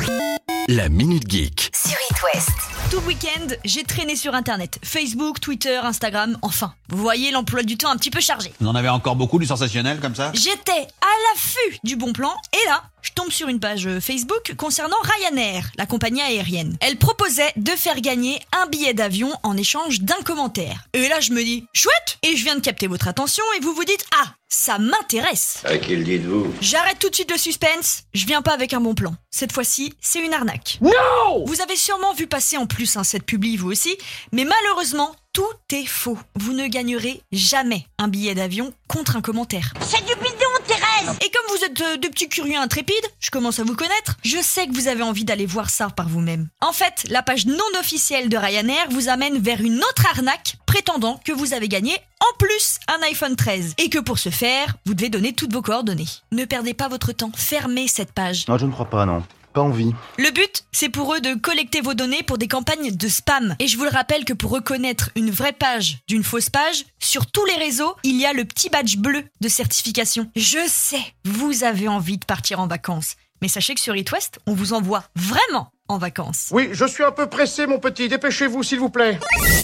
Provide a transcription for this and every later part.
La Minute Geek. Sur It West. Tout le week-end, j'ai traîné sur Internet. Facebook, Twitter, Instagram, enfin. Vous voyez l'emploi du temps un petit peu chargé. Vous en avez encore beaucoup du sensationnel comme ça ? J'étais à l'affût du bon plan et là, je tombe sur une page Facebook concernant Ryanair, la compagnie aérienne. Elle proposait de faire gagner un billet d'avion en échange d'un commentaire. Et là, je me dis, chouette! Et je viens de capter votre attention et vous vous dites, ah, ça m'intéresse. À qui le dites-vous ? J'arrête tout de suite le suspense, je viens pas avec un bon plan. Cette fois-ci, c'est une arnaque. Non ! Vous avez sûrement vu passer en plus cette publi, vous aussi, mais malheureusement, tout est faux. Vous ne gagnerez jamais un billet d'avion contre un commentaire. C'est du bidon, Thérèse! Et comme vous êtes de petits curieux intrépides, je commence à vous connaître, je sais que vous avez envie d'aller voir ça par vous-même. En fait, la page non officielle de Ryanair vous amène vers une autre arnaque prétendant que vous avez gagné en plus un iPhone 13 et que pour ce faire, vous devez donner toutes vos coordonnées. Ne perdez pas votre temps, fermez cette page. Non, je ne crois pas, non. Pas envie. Le but, c'est pour eux de collecter vos données pour des campagnes de spam. Et je vous le rappelle que pour reconnaître une vraie page d'une fausse page, sur tous les réseaux, il y a le petit badge bleu de certification. Je sais, vous avez envie de partir en vacances. Mais sachez que sur It West, on vous envoie vraiment en vacances. Oui, je suis un peu pressé, mon petit. Dépêchez-vous, s'il vous plaît.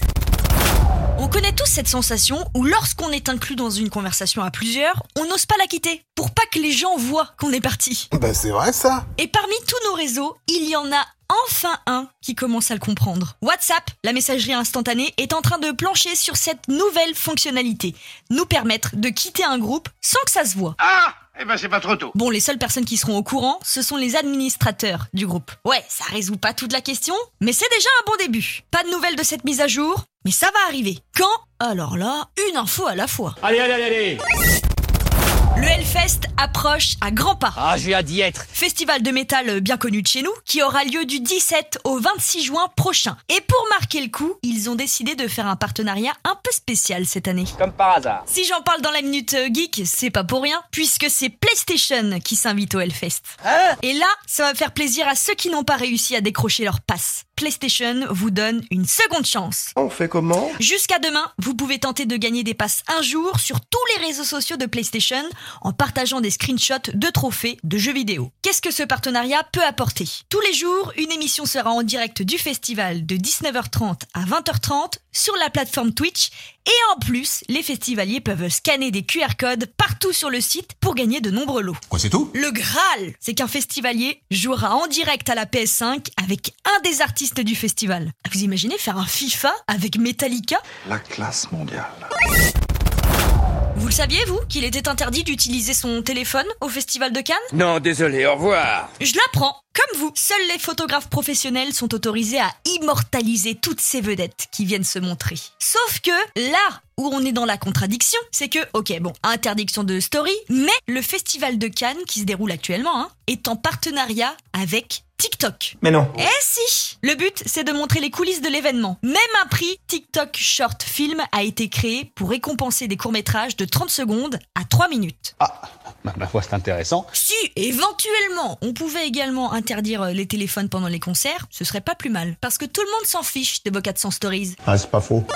On connaît tous cette sensation où lorsqu'on est inclus dans une conversation à plusieurs, on n'ose pas la quitter, pour pas que les gens voient qu'on est parti. C'est vrai ça. Et parmi tous nos réseaux, il y en a enfin un qui commence à le comprendre. WhatsApp, la messagerie instantanée, est en train de plancher sur cette nouvelle fonctionnalité. Nous permettre de quitter un groupe sans que ça se voit. Ah ! C'est pas trop tôt. Bon, les seules personnes qui seront au courant, ce sont les administrateurs du groupe. Ouais, ça résout pas toute la question, mais c'est déjà un bon début. Pas de nouvelles de cette mise à jour, mais ça va arriver. Quand ? Alors là, une info à la fois. Allez. Le Hellfest approche à grands pas. Ah, j'ai hâte d'y être. Festival de métal bien connu de chez nous, qui aura lieu du 17 au 26 juin prochain. Et pour marquer le coup, ils ont décidé de faire un partenariat un peu spécial cette année. Comme par hasard. Si j'en parle dans la Minute Geek, c'est pas pour rien, puisque c'est PlayStation qui s'invite au Hellfest. Et là, ça va faire plaisir à ceux qui n'ont pas réussi à décrocher leur passe. PlayStation vous donne une seconde chance. On fait comment ? Jusqu'à demain, vous pouvez tenter de gagner des passes un jour sur tous les réseaux sociaux de PlayStation en partageant des screenshots de trophées de jeux vidéo. Qu'est-ce que ce partenariat peut apporter ? Tous les jours, une émission sera en direct du festival de 19h30 à 20h30 sur la plateforme Twitch et en plus, les festivaliers peuvent scanner des QR codes partout sur le site pour gagner de nombreux lots. Quoi, c'est tout ? Le Graal, c'est qu'un festivalier jouera en direct à la PS5 avec un des artistes du festival. Vous imaginez faire un FIFA avec Metallica ? La classe mondiale. Vous le saviez, vous, qu'il était interdit d'utiliser son téléphone au Festival de Cannes ? Non, désolé, au revoir. Je l'apprends, comme vous. Seuls les photographes professionnels sont autorisés à immortaliser toutes ces vedettes qui viennent se montrer. Sauf que, là où on est dans la contradiction, c'est que, interdiction de story, mais le Festival de Cannes, qui se déroule actuellement, est en partenariat avec TikTok. Mais non. Eh si! Le but, c'est de montrer les coulisses de l'événement. Même un prix TikTok Short Film a été créé pour récompenser des courts-métrages de 30 secondes à 3 minutes. Ma foi, c'est intéressant. Si, éventuellement, on pouvait également interdire les téléphones pendant les concerts, ce serait pas plus mal. Parce que tout le monde s'en fiche de vos 400 stories. Ah, c'est pas faux.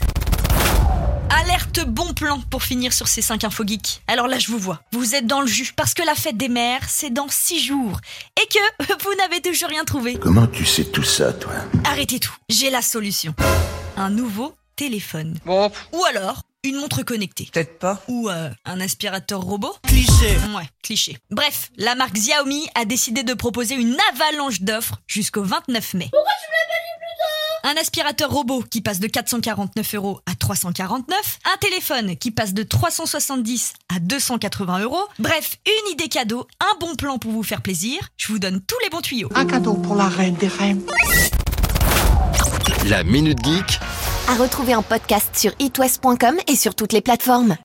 Alerte bon plan pour finir sur ces 5 infos geeks. Alors là, je vous vois. Vous êtes dans le jus parce que la fête des mères, c'est dans 6 jours. Et que vous n'avez toujours rien trouvé. Comment tu sais tout ça, toi ? Arrêtez tout. J'ai la solution. Un nouveau téléphone. Bon, Ou alors, une montre connectée. peut-être pas. Ou un aspirateur robot. Cliché. Ouais, cliché. Bref, la marque Xiaomi a décidé de proposer une avalanche d'offres jusqu'au 29 mai. Pourquoi tu me l'as pas dit plus tôt ? Un aspirateur robot qui passe de 449 € à 349, un téléphone qui passe de 370 à 280 €. Bref, une idée cadeau, un bon plan pour vous faire plaisir. Je vous donne tous les bons tuyaux. Un cadeau pour la reine des reines. La Minute Geek. À retrouver en podcast sur itwest.com et sur toutes les plateformes.